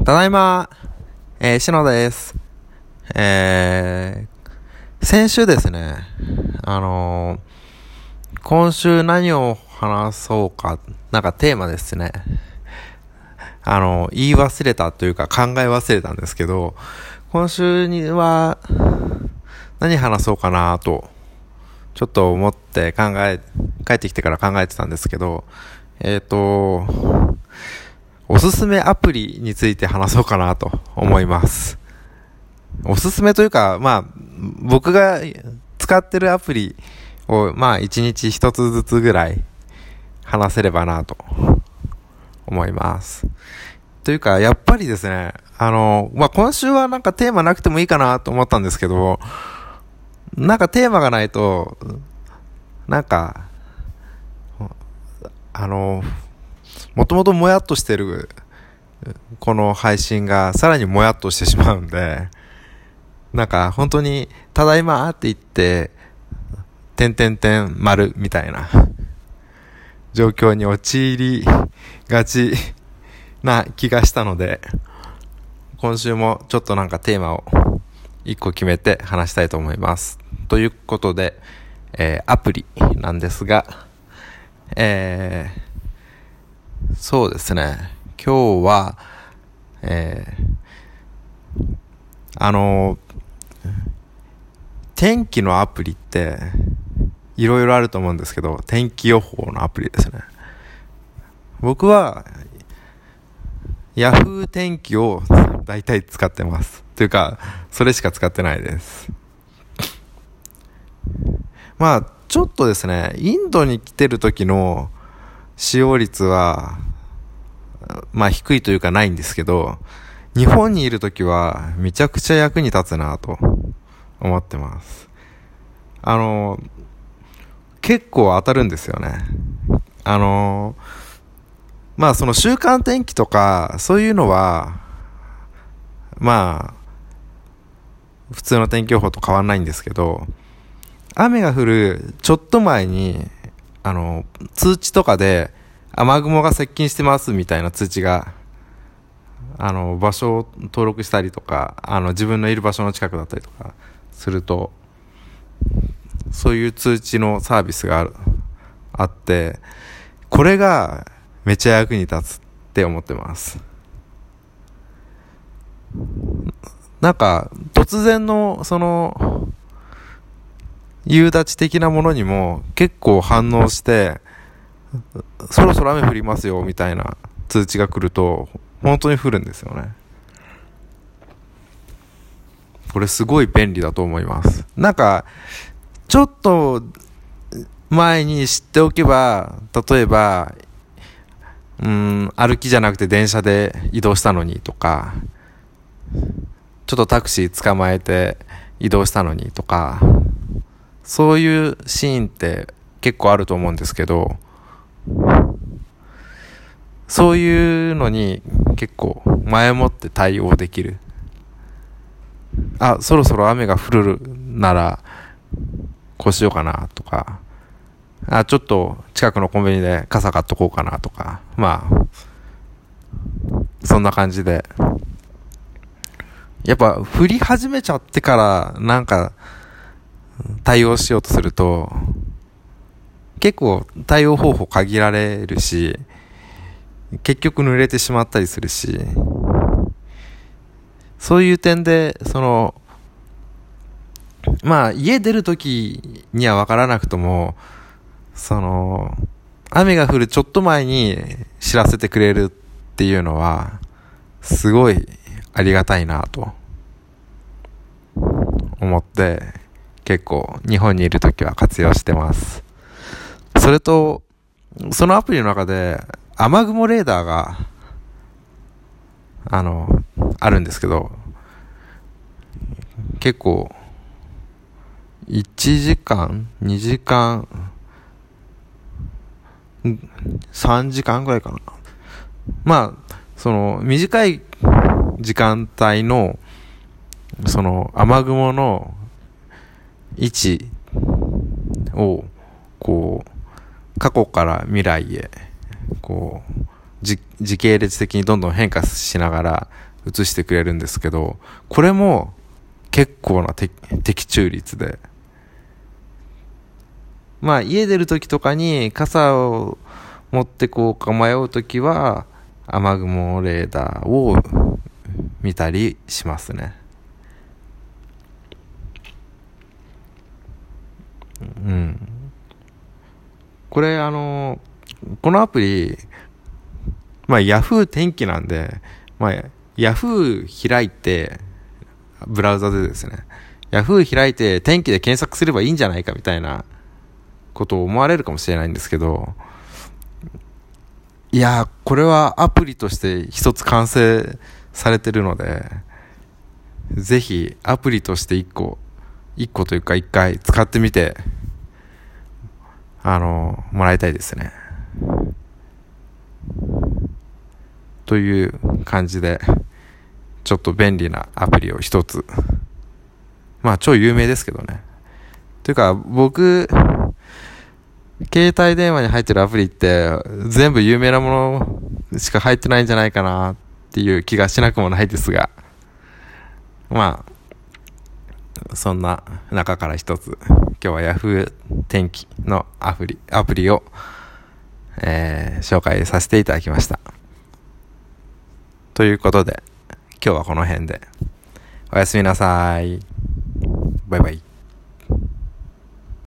ただいま、しのです。先週ですね、今週何を話そうか、なんかテーマですね。言い忘れたというか考え忘れたんですけど、今週には何話そうかなと、ちょっと思って帰ってきてから考えてたんですけど、おすすめアプリについて話そうかなと思います。おすすめというか、僕が使ってるアプリを、一日一つずつぐらい話せればなと思います。というか、やっぱりですね、今週はなんかテーマなくてもいいかなと思ったんですけど、なんかテーマがないと、なんか、もともともやっとしてるこの配信がさらにもやっとしてしまうんで、なんか本当にただいまって言って丸みたいな状況に陥りがちな気がしたので、今週もちょっとなんかテーマを一個決めて話したいと思います。ということで、アプリなんですが、そうですね、今日は、天気のアプリっていろいろあると思うんですけど、天気予報のアプリですね。僕はヤフー天気を大体使ってます。というか、それしか使ってないです。ちょっとですね、インドに来てる時の使用率は低いというかないんですけど、日本にいるときはめちゃくちゃ役に立つなと思ってます。結構当たるんですよね。その週間天気とかそういうのは普通の天気予報と変わんないんですけど、雨が降るちょっと前に通知とかで雨雲が接近してますみたいな通知が場所を登録したりとか、自分のいる場所の近くだったりとかすると、そういう通知のサービスがあって、これがめちゃ役に立つって思ってます。なんか突然のその夕立的なものにも結構反応して、そろそろ雨降りますよみたいな通知が来ると本当に降るんですよね。これすごい便利だと思います。なんかちょっと前に知っておけば、例えば歩きじゃなくて電車で移動したのにとか、ちょっとタクシー捕まえて移動したのにとか、そういうシーンって結構あると思うんですけど、そういうのに結構前もって対応できる。そろそろ雨が降るならこうしようかなとか、ちょっと近くのコンビニで傘買っとこうかなとか、そんな感じで、やっぱ降り始めちゃってからなんか対応しようとすると結構対応方法限られるし、結局濡れてしまったりするし、そういう点で家出るときには分からなくとも、雨が降るちょっと前に知らせてくれるっていうのはすごいありがたいなと思って、結構日本にいるときは活用してます。それとそのアプリの中で雨雲レーダーがあるんですけど、結構1時間2時間3時間ぐらいかな、その短い時間帯のその雨雲の位置をこう過去から未来へこう時系列的にどんどん変化しながら映してくれるんですけど、これも結構な的中率で、まあ家出る時とかに傘を持ってこうか迷う時は雨雲レーダーを見たりしますね。これこのアプリ、まあヤフー天気なんで、まあヤフー開いて、ブラウザでですね、ヤフー開いて天気で検索すればいいんじゃないかみたいなことを思われるかもしれないんですけど、いやー、これはアプリとして一つ完成されてるので、ぜひアプリとして一個というか一回使ってみて、もらいたいですね。という感じで、ちょっと便利なアプリを一つ。まあ超有名ですけどね。というか僕、携帯電話に入ってるアプリって全部有名なものしか入ってないんじゃないかなっていう気がしなくもないですが、まあそんな中から一つ、今日は Yahoo 天気のアプリを、紹介させていただきました。ということで今日はこの辺でおやすみなさい。バイバイ。